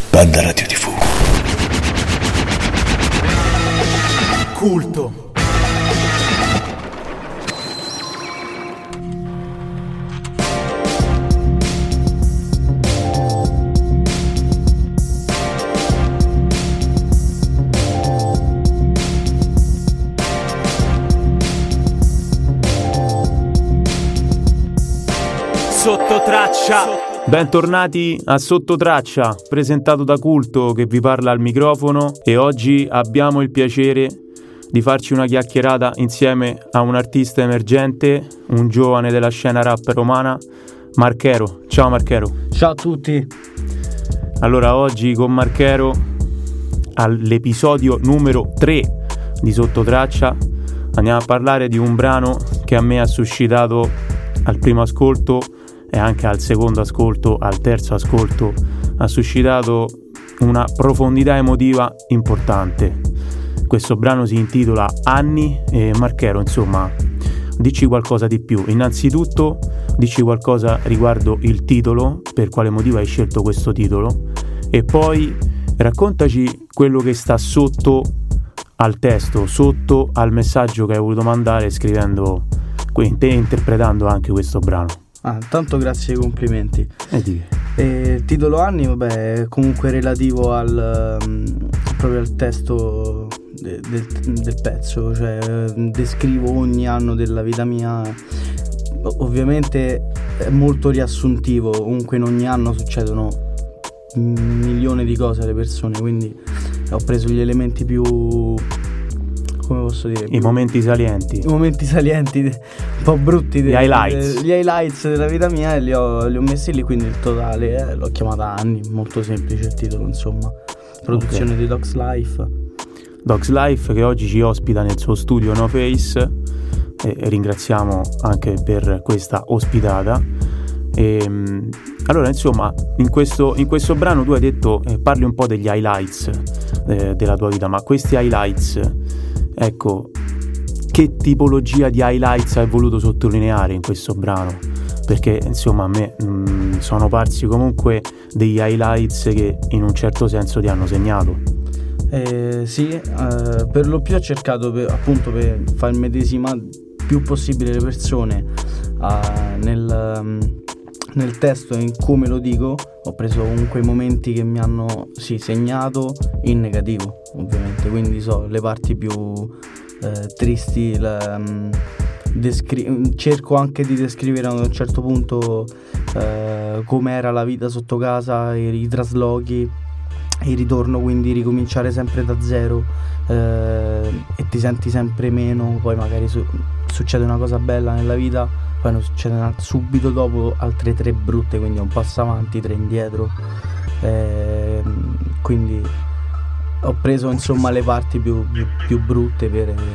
Banda Radio TV. Culto. Sottotraccia. Bentornati a Sottotraccia, presentato da Culto che vi parla al microfono, e oggi abbiamo il piacere di farci una chiacchierata insieme a un artista emergente, un giovane della scena rap romana, Marchero. Ciao Marchero. Ciao a tutti. Allora, oggi con Marchero, all'episodio numero 3 di Sottotraccia, andiamo a parlare di un brano che a me ha suscitato al primo ascolto e anche al secondo ascolto, al terzo ascolto, ha suscitato una profondità emotiva importante. Questo brano si intitola Anni. E Marchero, insomma, dici qualcosa di più. Innanzitutto dici qualcosa riguardo il titolo, per quale motivo hai scelto questo titolo, e poi raccontaci quello che sta sotto al testo, sotto al messaggio che hai voluto mandare scrivendo e interpretando anche questo brano. Tanto grazie ai complimenti. Il titolo Anni, vabbè, è comunque relativo proprio al testo del pezzo, cioè descrivo ogni anno della vita mia. Ovviamente è molto riassuntivo, comunque in ogni anno succedono milioni di cose alle persone, quindi ho preso gli elementi più, come posso dire, i momenti salienti, un po' brutti, gli highlights della vita mia, e li ho messi lì, quindi il totale l'ho chiamata Anni. Molto semplice il titolo, insomma. Produzione di Dogs Life, che oggi ci ospita nel suo studio No Face, e ringraziamo anche per questa ospitata. Allora, insomma, in questo brano tu hai detto, parli un po' degli highlights della tua vita, ma questi highlights, ecco, che tipologia di highlights hai voluto sottolineare in questo brano? Perché insomma a me sono parsi comunque degli highlights che in un certo senso ti hanno segnato. Per lo più ho cercato appunto per far medesimare più possibile le persone nel testo e in come lo dico. Ho preso comunque i momenti che mi hanno segnato in negativo, ovviamente, quindi le parti più tristi, cerco anche di descrivere a un certo punto com'era la vita sotto casa, i traslochi, il ritorno, quindi ricominciare sempre da zero, e ti senti sempre meno, poi magari succede una cosa bella nella vita, poi non succede subito dopo altre 3 brutte, quindi un passo avanti, 3 indietro, quindi ho preso insomma le parti più brutte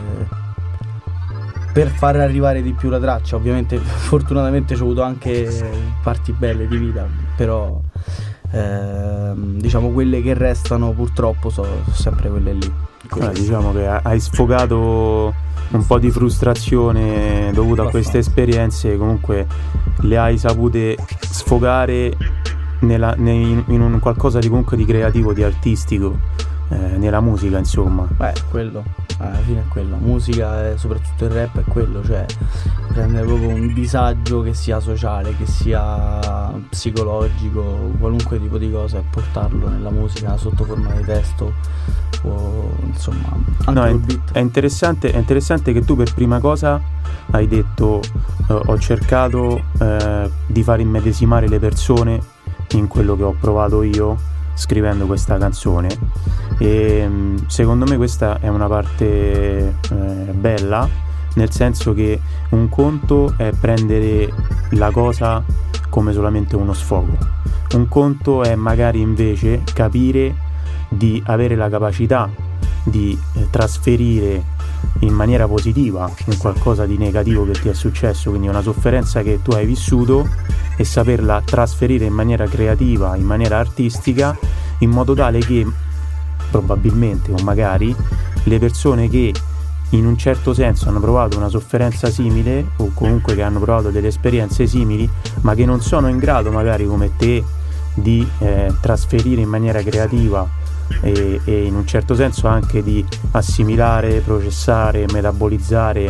per far arrivare di più la traccia. Ovviamente fortunatamente ho avuto anche parti belle di vita, però diciamo quelle che restano purtroppo sono sempre quelle lì. Diciamo che hai sfogato un po' di frustrazione dovuta a queste esperienze, comunque le hai sapute sfogare in un qualcosa di comunque di creativo, di artistico, nella musica, insomma. Quello alla fine è quello, musica e soprattutto il rap è quello, cioè prendere proprio un disagio, che sia sociale, che sia psicologico, qualunque tipo di cosa, e portarlo nella musica sotto forma di testo o insomma anche col beat. È interessante che tu per prima cosa hai detto ho cercato di far immedesimare le persone in quello che ho provato io scrivendo questa canzone, e secondo me questa è una parte bella, nel senso che un conto è prendere la cosa come solamente uno sfogo, un conto è magari invece capire di avere la capacità di trasferire in maniera positiva un qualcosa di negativo che ti è successo, quindi una sofferenza che tu hai vissuto, e saperla trasferire in maniera creativa, in maniera artistica, in modo tale che probabilmente o magari le persone che in un certo senso hanno provato una sofferenza simile, o comunque che hanno provato delle esperienze simili, ma che non sono in grado magari come te di trasferire in maniera creativa e in un certo senso anche di assimilare, processare, metabolizzare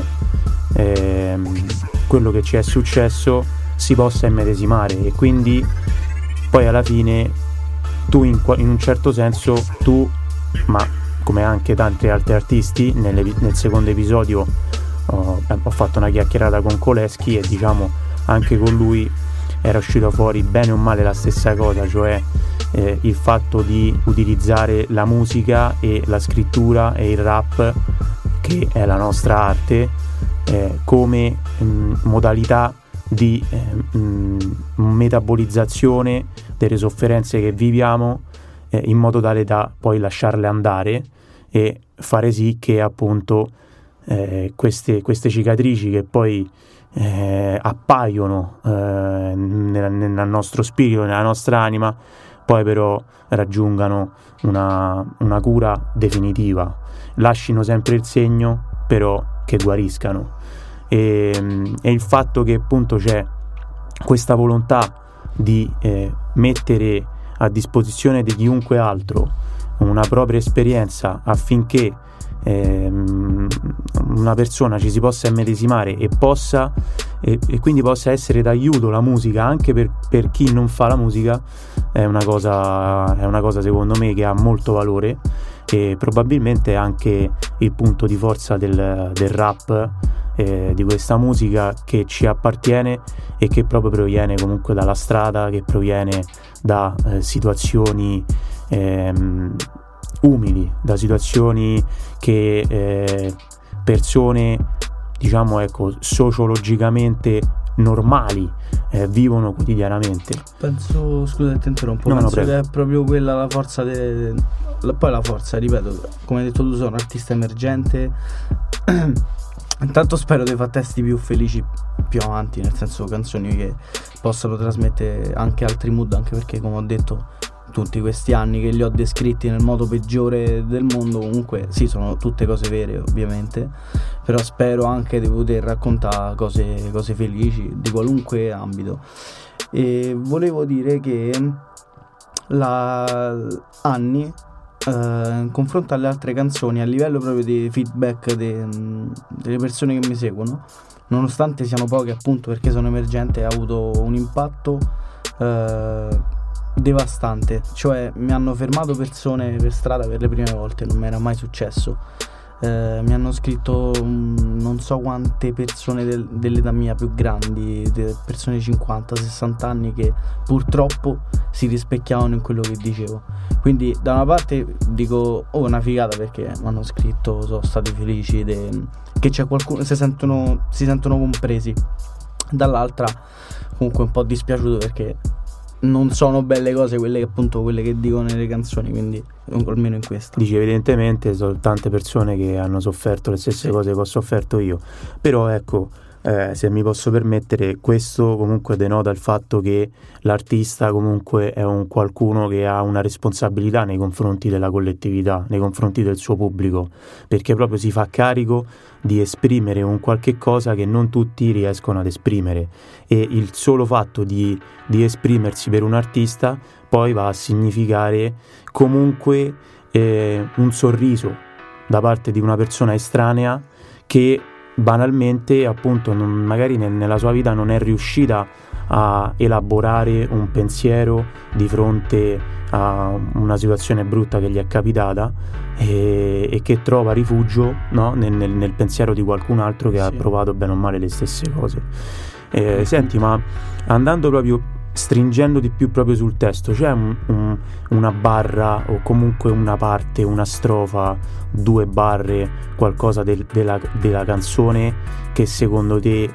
quello che ci è successo, si possa immedesimare. E quindi poi alla fine tu in un certo senso tu, ma come anche tanti altri artisti, nel secondo episodio ho fatto una chiacchierata con Kolesky e diciamo anche con lui era uscito fuori bene o male la stessa cosa, cioè il fatto di utilizzare la musica e la scrittura e il rap, che è la nostra arte, come modalità di metabolizzazione delle sofferenze che viviamo, in modo tale da poi lasciarle andare e fare sì che appunto queste cicatrici che poi appaiono nel nostro spirito, nella nostra anima, poi però raggiungano una cura definitiva, lascino sempre il segno, però che guariscano. E il fatto che appunto c'è questa volontà di mettere a disposizione di chiunque altro una propria esperienza affinché una persona ci si possa immedesimare e quindi possa essere d'aiuto la musica anche per chi non fa la musica, è una cosa secondo me che ha molto valore, e probabilmente anche il punto di forza del rap, di questa musica che ci appartiene e che proprio proviene comunque dalla strada, che proviene da situazioni umili, da situazioni che persone, diciamo, ecco, sociologicamente normali vivono quotidianamente. Penso, scusa ti interrompo, penso che è proprio quella la forza poi la forza, ripeto, come hai detto tu, sono un artista emergente. Intanto spero di fare testi più felici più avanti, nel senso canzoni che possano trasmettere anche altri mood, anche perché, come ho detto, tutti questi anni che li ho descritti nel modo peggiore del mondo, comunque sì, sono tutte cose vere ovviamente, però spero anche di poter raccontare cose felici di qualunque ambito. E volevo dire che Anni, in confronto alle altre canzoni, a livello proprio di feedback delle persone che mi seguono, nonostante siano poche appunto perché sono emergente, ha avuto un impatto devastante. Cioè mi hanno fermato persone per strada per le prime volte, non mi era mai successo. Mi hanno scritto non so quante persone dell'età mia più grandi, persone di 50-60 anni, che purtroppo si rispecchiavano in quello che dicevo. Quindi da una parte dico una figata, perché mi hanno scritto, sono stati felici che c'è qualcuno, si sentono compresi. Dall'altra comunque un po' dispiaciuto, perché non sono belle cose quelle che dico nelle canzoni, quindi almeno in questo. Dici, evidentemente sono tante persone che hanno sofferto le stesse cose che ho sofferto io, però ecco, se mi posso permettere, questo comunque denota il fatto che l'artista comunque è un qualcuno che ha una responsabilità nei confronti della collettività, nei confronti del suo pubblico, perché proprio si fa carico di esprimere un qualche cosa che non tutti riescono ad esprimere, e il solo fatto di esprimersi per un artista poi va a significare comunque un sorriso da parte di una persona estranea che banalmente appunto magari nella sua vita non è riuscita a elaborare un pensiero di fronte a una situazione brutta che gli è capitata, e che trova rifugio, no? nel pensiero di qualcun altro che ha provato bene o male le stesse cose. Senti, ma andando proprio, stringendo di più proprio sul testo, c'è una barra o comunque una parte, una strofa, 2 barre, qualcosa della canzone che secondo te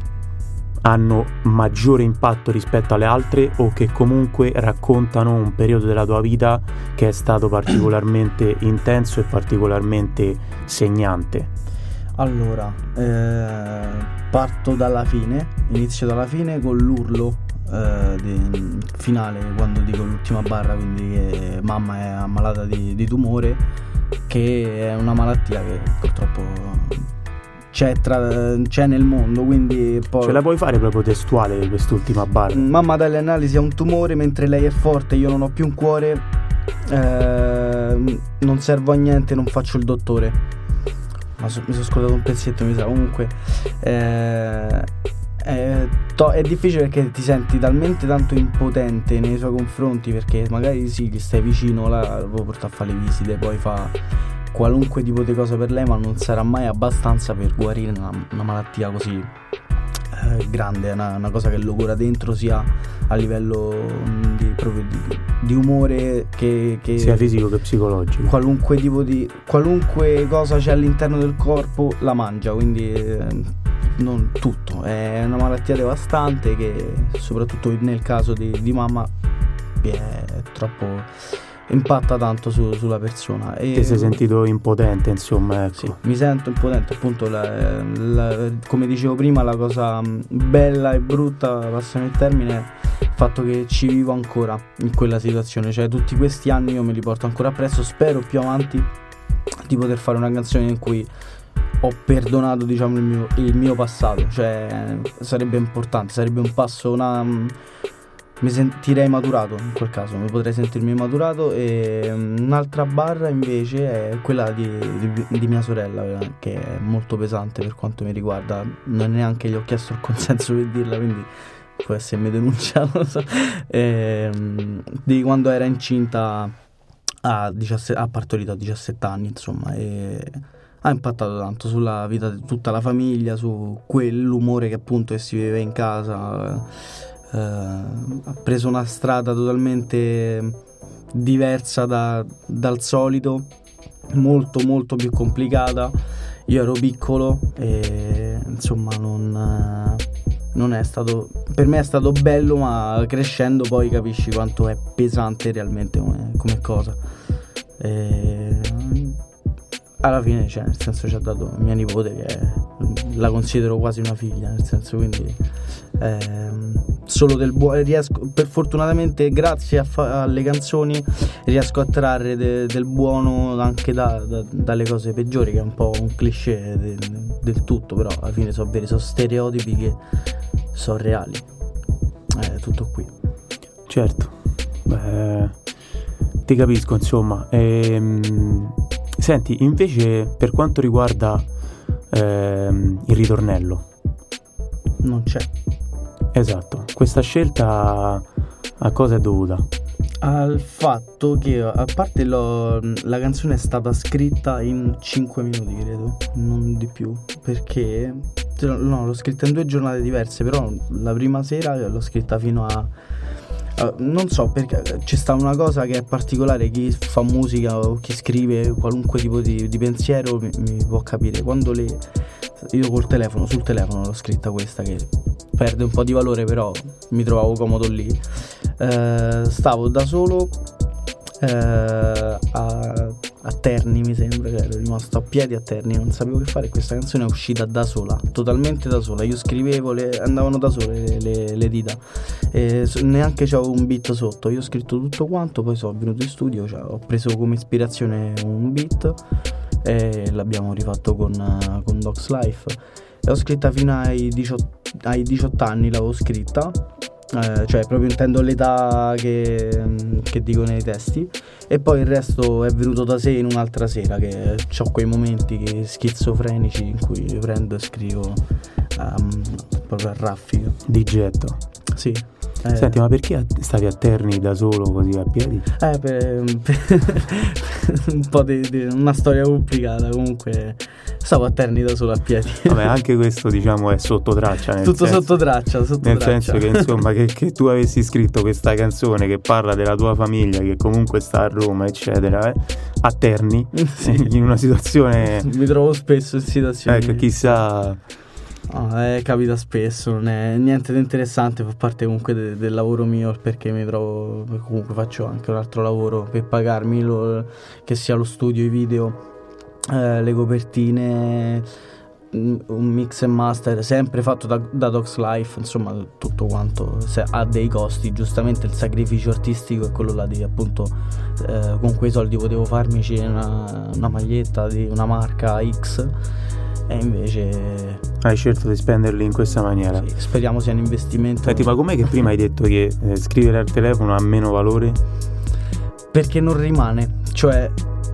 hanno maggiore impatto rispetto alle altre, o che comunque raccontano un periodo della tua vita che è stato particolarmente intenso e particolarmente segnante? Allora, parto dalla fine, inizio dalla fine con l'urlo finale, quando dico l'ultima barra, quindi che mamma è ammalata di tumore, che è una malattia che purtroppo c'è nel mondo, quindi poi ce la puoi fare proprio testuale quest'ultima barra? Mamma dalle analisi ha un tumore, mentre lei è forte, io non ho più un cuore, non servo a niente, non faccio il dottore. Mi sono scordato un pezzetto, mi sa. Comunque è difficile perché ti senti talmente tanto impotente nei suoi confronti, perché magari sì, gli stai vicino, la puoi portare a fare le visite, poi fa qualunque tipo di cosa per lei, ma non sarà mai abbastanza per guarire una malattia così grande. È una cosa che logora dentro, sia a livello proprio di umore che sia fisico che psicologico. Qualunque cosa c'è all'interno del corpo la mangia, quindi non tutto. È una malattia devastante che, soprattutto nel caso di mamma, è troppo, impatta tanto sulla persona. E ti sei sentito impotente, insomma, ecco. Sì, mi sento impotente, appunto. Come dicevo prima, la cosa bella e brutta, passami il termine, è il fatto che ci vivo ancora in quella situazione. Cioè, tutti questi anni io me li porto ancora appresso. Spero più avanti di poter fare una canzone in cui ho perdonato, diciamo, il mio passato. Cioè, sarebbe importante, sarebbe un passo, mi sentirei maturato in quel caso, mi potrei sentirmi maturato. E un'altra barra invece è quella di mia sorella, che è molto pesante per quanto mi riguarda. Non neanche gli ho chiesto il consenso per dirla, quindi può essermi denunciato. Di quando era incinta, ha partorito a 17 anni, insomma, e ha impattato tanto sulla vita di tutta la famiglia, su quell'umore che appunto si vive in casa. Ha preso una strada totalmente diversa dal solito, molto molto più complicata. Io ero piccolo e insomma non è stato, per me è stato bello, ma crescendo poi capisci quanto è pesante realmente come cosa. Alla fine, cioè, nel senso, ci ha dato mia nipote, che la considero quasi una figlia, nel senso, quindi solo del buono riesco, fortunatamente, grazie alle canzoni, riesco a trarre del buono anche dalle cose peggiori, che è un po' un cliché del tutto, però alla fine sono veri, sono stereotipi che sono reali. Tutto qui. Certo. Ti capisco, insomma. Senti, invece, per quanto riguarda il ritornello, non c'è. Esatto, questa scelta a cosa è dovuta? Al fatto che, a parte la canzone è stata scritta in 5 minuti, credo, non di più, perché no, l'ho scritta in 2 giornate diverse, però la prima sera l'ho scritta fino a non so, perché c'è sta una cosa che è particolare. Chi fa musica o chi scrive qualunque tipo di pensiero mi può capire. Quando io sul telefono l'ho scritta questa, che perde un po' di valore, però mi trovavo comodo lì. Stavo da solo a Terni, mi sembra, che ero rimasto a piedi a Terni, non sapevo che fare. Questa canzone è uscita da sola, totalmente da sola. Io scrivevo, andavano da sole le dita, neanche c'avevo un beat sotto. Io ho scritto tutto quanto, poi sono venuto in studio, cioè, ho preso come ispirazione un beat e l'abbiamo rifatto con Docs Life. L'ho scritta fino ai 18 anni, l'avevo scritta. Cioè proprio intendo l'età che dico nei testi, e poi il resto è venuto da sé in un'altra sera, che ho quei momenti schizofrenici in cui prendo e scrivo proprio a raffica, di getto. Sì. Senti, ma perché stavi a Terni da solo, così a piedi? Per un po' di una storia complicata. Comunque stavo a Terni da solo a piedi. Vabbè, anche questo, diciamo, è sotto traccia, tutto sotto traccia. Nel senso che, insomma, che tu avessi scritto questa canzone che parla della tua famiglia, che comunque sta a Roma, eccetera, a Terni, sì. In una situazione... Mi trovo spesso in situazioni... Ecco, chissà... capita spesso, non è niente di interessante, fa parte comunque del lavoro mio, perché mi trovo, comunque faccio anche un altro lavoro per pagarmi, che sia lo studio, i video, le copertine, un mix e master, sempre fatto da Docs Life, insomma tutto quanto ha dei costi. Giustamente il sacrificio artistico è quello là di, appunto, con quei soldi potevo farmici una maglietta di una marca X, e invece hai scelto di spenderli in questa maniera. Sì, speriamo sia un investimento. Senti, ma com'è che prima hai detto che scrivere al telefono ha meno valore? Perché non rimane, cioè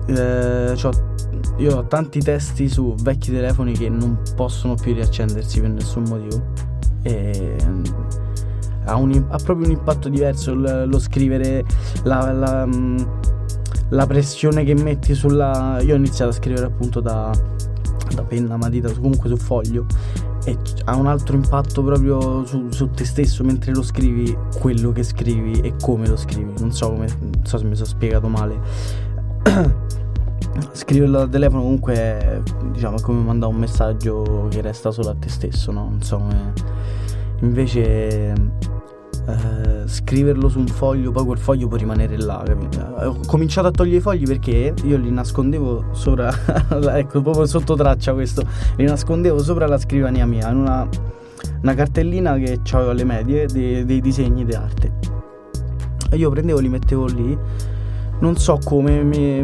io ho tanti testi su vecchi telefoni che non possono più riaccendersi per nessun motivo, e ha proprio un impatto diverso lo scrivere, la pressione che metti sulla... Io ho iniziato a scrivere appunto da penna, matita, comunque su foglio, e ha un altro impatto proprio su te stesso mentre lo scrivi, quello che scrivi e come lo scrivi. Non so se mi sono spiegato male. Scriverlo dal telefono comunque è, diciamo, come mandare un messaggio che resta solo a te stesso, no? Non so come... Invece scriverlo su un foglio, poi quel foglio può rimanere là, capito? Ho cominciato a togliere i fogli perché io li nascondevo sopra ecco, proprio sotto traccia questo, li nascondevo sopra la scrivania mia, in una cartellina che c'avevo alle medie dei disegni di arte, e io prendevo, li mettevo lì, non so come,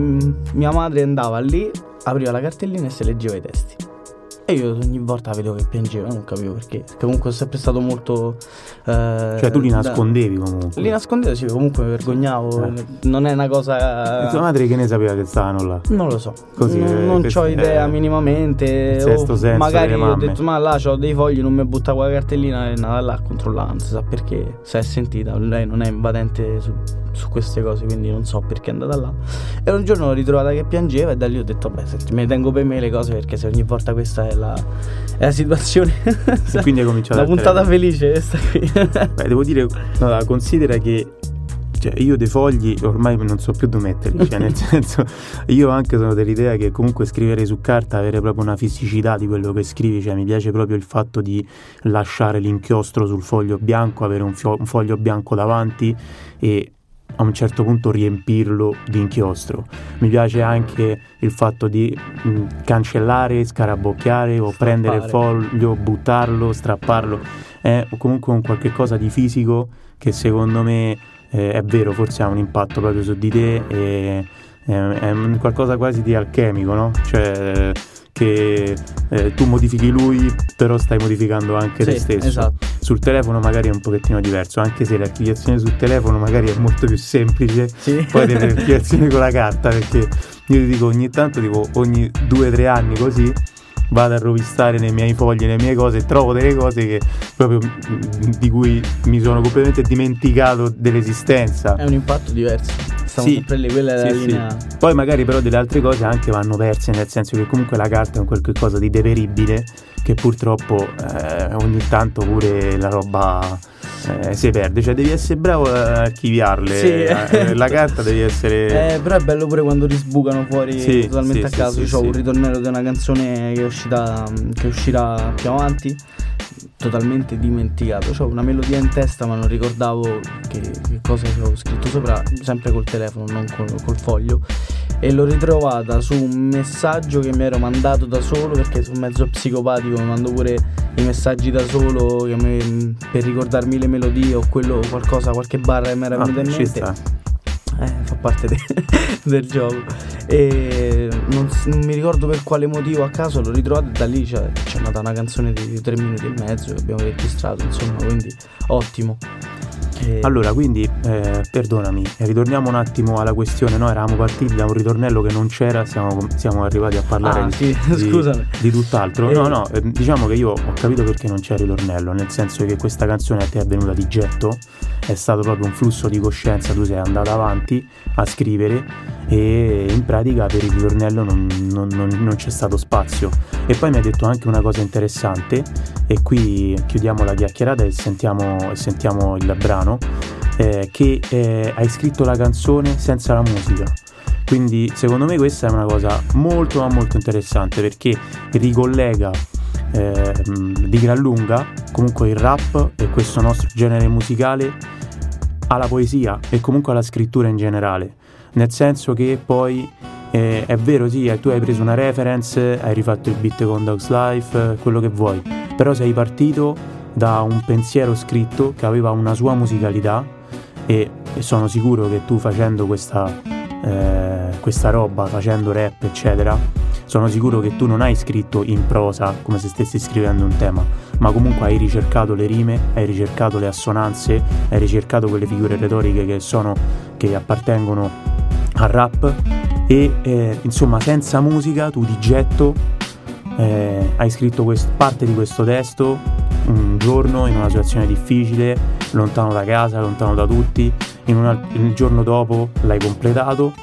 mia madre andava lì, apriva la cartellina e se leggeva i testi. E io ogni volta vedevo che piangeva, non capivo perché comunque è sempre stato molto cioè tu li nascondevi comunque? Li nascondevo, sì, comunque mi vergognavo, non è una cosa... E tua madre che ne sapeva che stavano là? Non lo so. Così, non c'ho idea minimamente, il sesto senso magari delle ho mamme. detto ma là c'ho dei fogli, non mi buttavo la cartellina, e andava là a controllare, non si sa perché, se è sentita, lei non è invadente su queste cose, quindi non so perché è andata là. E un giorno l'ho ritrovata che piangeva, e da lì ho detto vabbè, senti, me ne tengo per me le cose, perché se ogni volta questa è la situazione e quindi hai cominciato la puntata felice questa qui. Beh, devo dire, no, considera che, cioè, io dei fogli ormai non so più dove metterli, cioè nel senso, io anche sono dell'idea che comunque scrivere su carta, avere proprio una fisicità di quello che scrivi, cioè mi piace proprio il fatto di lasciare l'inchiostro sul foglio bianco, avere un foglio bianco davanti e a un certo punto riempirlo di inchiostro. Mi piace anche il fatto di cancellare, scarabocchiare o prendere il foglio, buttarlo, strapparlo. È comunque un qualche cosa di fisico che secondo me è vero, forse ha un impatto proprio su di te, e è qualcosa quasi di alchemico, no? Cioè che tu modifichi lui, però stai modificando anche te stesso. Esatto. Sul telefono magari è un pochettino diverso, anche se l'archiviazione sul telefono magari è molto più semplice, sì. Poi dell'archiviazione con la carta, perché io ti dico ogni tanto, tipo ogni 2-3 anni così, vado a rovistare nei miei fogli, nelle mie cose, e trovo delle cose che proprio di cui mi sono completamente dimenticato dell'esistenza. È un impatto diverso. Stiamo sempre lì, quella è la linea. Sì. Poi magari però delle altre cose anche vanno perse, nel senso che comunque la carta è un qualche cosa di deperibile, che purtroppo ogni tanto pure la roba si perde, cioè devi essere bravo a archiviarle, sì. La carta devi essere... però è bello pure quando risbucano fuori totalmente a caso. Io ho un ritornello di una canzone che uscirà più avanti, totalmente dimenticato. C'ho una melodia in testa ma non ricordavo che cosa avevo scritto sopra, sempre col telefono, non col foglio, e l'ho ritrovata su un messaggio che mi ero mandato da solo, perché sono mezzo psicopatico, mi mando pure i messaggi da solo per ricordarmi le melodie o qualche barra che mi era venuta in mente. Fa parte del gioco, e non mi ricordo per quale motivo, a caso l'ho ritrovato, e da lì c'è nata una canzone di 3 minuti e mezzo che abbiamo registrato, insomma, quindi ottimo. Allora, quindi perdonami, ritorniamo un attimo alla questione. Noi eravamo partiti da un ritornello che non c'era, siamo arrivati a parlare di tutt'altro. No, diciamo che io ho capito perché non c'è il ritornello, nel senso che questa canzone a te è venuta di getto, è stato proprio un flusso di coscienza, tu sei andata avanti a scrivere e in pratica per il ritornello non c'è stato spazio. E poi mi ha detto anche una cosa interessante, e qui chiudiamo la chiacchierata e sentiamo il brano, che hai scritto la canzone senza la musica. Quindi secondo me questa è una cosa molto ma molto interessante, perché ricollega di gran lunga comunque il rap e questo nostro genere musicale alla poesia e comunque alla scrittura in generale, nel senso che poi è vero, sì, tu hai preso una reference, hai rifatto il beat con Dogs Life, quello che vuoi, però sei partito da un pensiero scritto che aveva una sua musicalità, e sono sicuro che tu facendo questa roba, facendo rap eccetera, sono sicuro che tu non hai scritto in prosa come se stessi scrivendo un tema, ma comunque hai ricercato le rime, hai ricercato le assonanze, hai ricercato quelle figure retoriche che appartengono al rap e insomma senza musica tu di getto hai scritto parte di questo testo un giorno in una situazione difficile, lontano da casa, lontano da tutti, il giorno dopo l'hai completato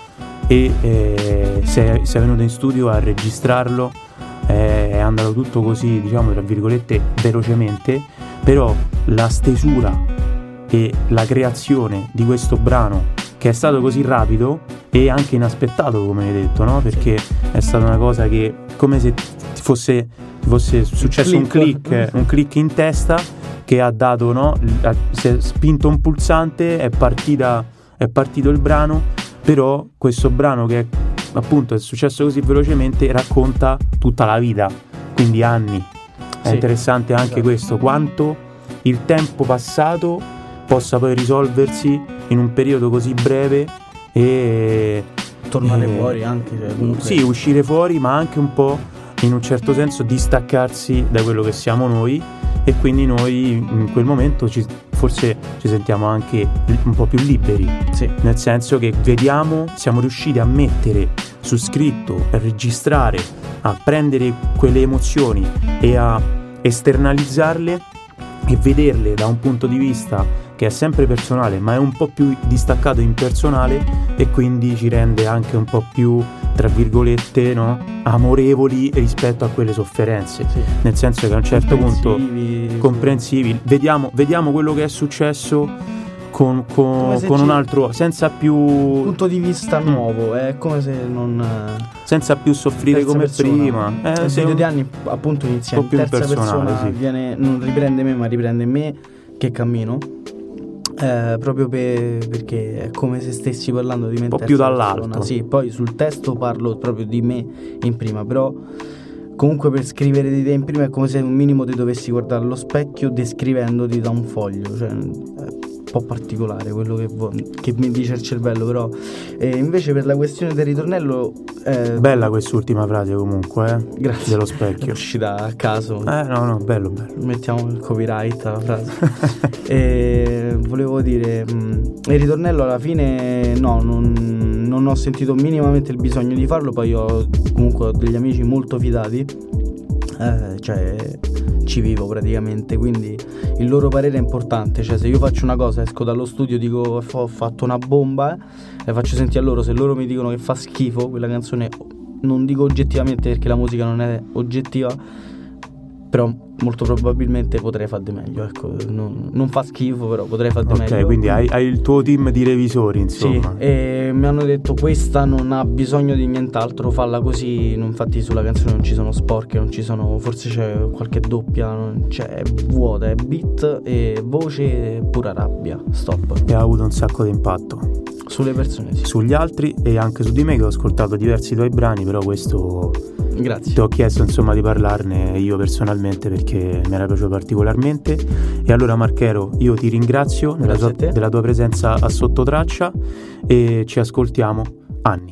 e sei venuto in studio a registrarlo, è andato tutto così, diciamo tra virgolette, velocemente, però la stesura e la creazione di questo brano che è stato così rapido e anche inaspettato, come hai detto, no? Perché è stata una cosa che come se fosse successo un click in testa che ha dato, no? Si è spinto un pulsante, è partito il brano, però questo brano che appunto è successo così velocemente racconta tutta la vita, quindi anni. È interessante anche questo, quanto il tempo passato possa poi risolversi in un periodo così breve e tornare fuori anche, comunque. Sì, uscire fuori, ma anche un po' in un certo senso distaccarsi da quello che siamo noi, e quindi noi in quel momento forse ci sentiamo anche un po' più liberi, nel senso che siamo riusciti a mettere su scritto, a registrare, a prendere quelle emozioni e a esternalizzarle e vederle da un punto di vista che è sempre personale, ma è un po' più distaccato impersonale, e quindi ci rende anche un po' più, tra virgolette, no? Amorevoli rispetto a quelle sofferenze, nel senso che a un certo punto comprensivi, vediamo quello che è successo con un altro, senza più punto di vista nuovo, è come se non senza più soffrire come persona. Prima. Un paio di anni appunto inizia in terza persona, non riprende me, ma riprende me che cammino. Proprio perché è come se stessi parlando di me, un po' più dall'alto. Persona. Sì, poi sul testo parlo proprio di me in prima, però comunque per scrivere di te in prima è come se un minimo ti dovessi guardare allo specchio descrivendoti da un foglio, cioè è un po' particolare quello che mi dice il cervello, però invece per la questione del ritornello bella quest'ultima frase comunque, grazie, dello specchio, è uscita a caso, no, bello, mettiamo il copyright alla frase. E volevo dire, il ritornello alla fine non ho sentito minimamente il bisogno di farlo, poi comunque ho degli amici molto fidati, cioè ci vivo praticamente, quindi il loro parere è importante, cioè se io faccio una cosa, esco dallo studio, dico ho fatto una bomba, e faccio sentire a loro, se loro mi dicono che fa schifo quella canzone, non dico oggettivamente perché la musica non è oggettiva, però molto probabilmente potrei fare di meglio, ecco, non fa schifo, però potrei fare di meglio. Ok, quindi hai il tuo team di revisori, insomma. Sì, e mi hanno detto questa non ha bisogno di nient'altro, falla così. Infatti sulla canzone non ci sono sporche, non ci sono, forse c'è qualche doppia, è vuota, è beat e voce e pura rabbia, stop. E ha avuto un sacco di impatto sulle persone, sì. Sugli altri e anche su di me, che ho ascoltato diversi tuoi brani, però questo grazie, ti ho chiesto insomma di parlarne io personalmente perché mi era piaciuto particolarmente. E allora Marchero, io ti ringrazio della tua presenza a Sottotraccia e ci ascoltiamo. Anni.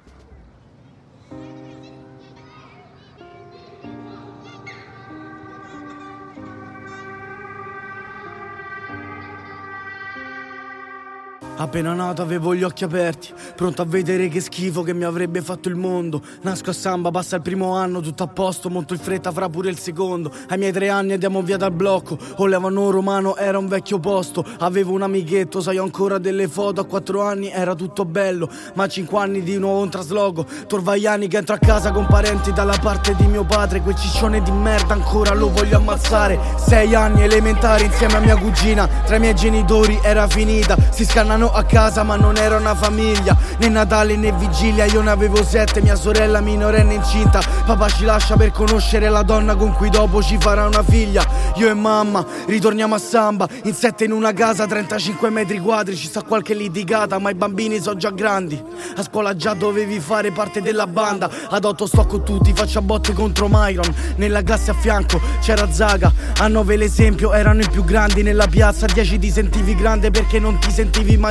Appena nato avevo gli occhi aperti, pronto a vedere che schifo che mi avrebbe fatto il mondo. Nasco a Samba, passa il primo anno, tutto a posto, monto in fretta, fra pure il secondo. Ai miei 3 anni andiamo via dal blocco, Olevano Romano era un vecchio posto. Avevo un amichetto, sai ho ancora delle foto, a 4 anni era tutto bello, ma a 5 anni di nuovo un trasloco. Torvaiani che entro a casa con parenti dalla parte di mio padre, quel ciccione di merda ancora lo voglio ammazzare. 6 anni elementari insieme a mia cugina, tra i miei genitori era finita, si scannano a casa ma non era una famiglia, né Natale né vigilia, io ne avevo 7, mia sorella minorenne incinta. Papà ci lascia per conoscere la donna con cui dopo ci farà una figlia. Io e mamma ritorniamo a Samba, in 7 in una casa, 35 metri quadri, ci sta qualche litigata ma i bambini sono già grandi. A scuola già dovevi fare parte della banda, ad 8 sto con tutti, faccio a botte contro Myron. Nella classe a fianco c'era Zaga, a 9 l'esempio erano i più grandi nella piazza, a 10 ti sentivi grande perché non ti sentivi mai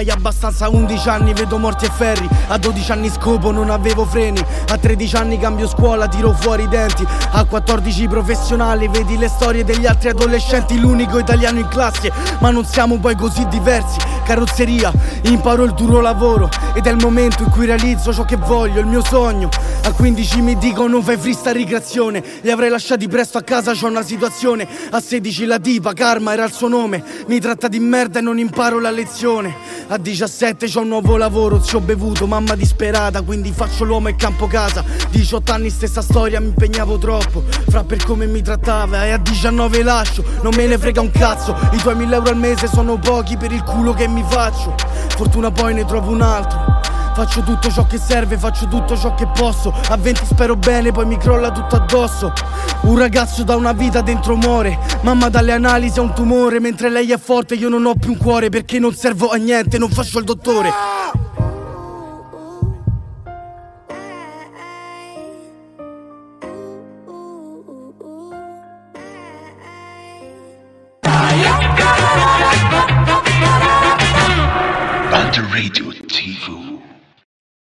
mai abbastanza. A 11 anni vedo morti e ferri, a 12 anni scopo, non avevo freni. A 13 anni cambio scuola, tiro fuori i denti. A 14 professionali, vedi le storie degli altri adolescenti. L'unico italiano in classe, ma non siamo poi così diversi. Carrozzeria, imparo il duro lavoro ed è il momento in cui realizzo ciò che voglio, il mio sogno. A 15 mi dicono fai freestyle ricreazione, li avrei lasciati presto a casa, c'ho una situazione. A 16 la tipa, Karma era il suo nome, mi tratta di merda e non imparo la lezione. A 17 c'ho un nuovo lavoro, ci ho bevuto, mamma disperata, quindi faccio l'uomo e campo casa. 18 anni stessa storia, mi impegnavo troppo, fra per come mi trattava. E a 19 lascio, non me ne frega un cazzo, i tuoi 1000 euro al mese sono pochi per il culo che mi faccio. Fortuna poi ne trovo un altro, faccio tutto ciò che serve, faccio tutto ciò che posso. A 20 spero bene, poi mi crolla tutto addosso. Un ragazzo da una vita dentro muore, mamma dalle analisi ha un tumore. Mentre lei è forte io non ho più un cuore, perché non servo a niente, non faccio il dottore. Band Radio TV.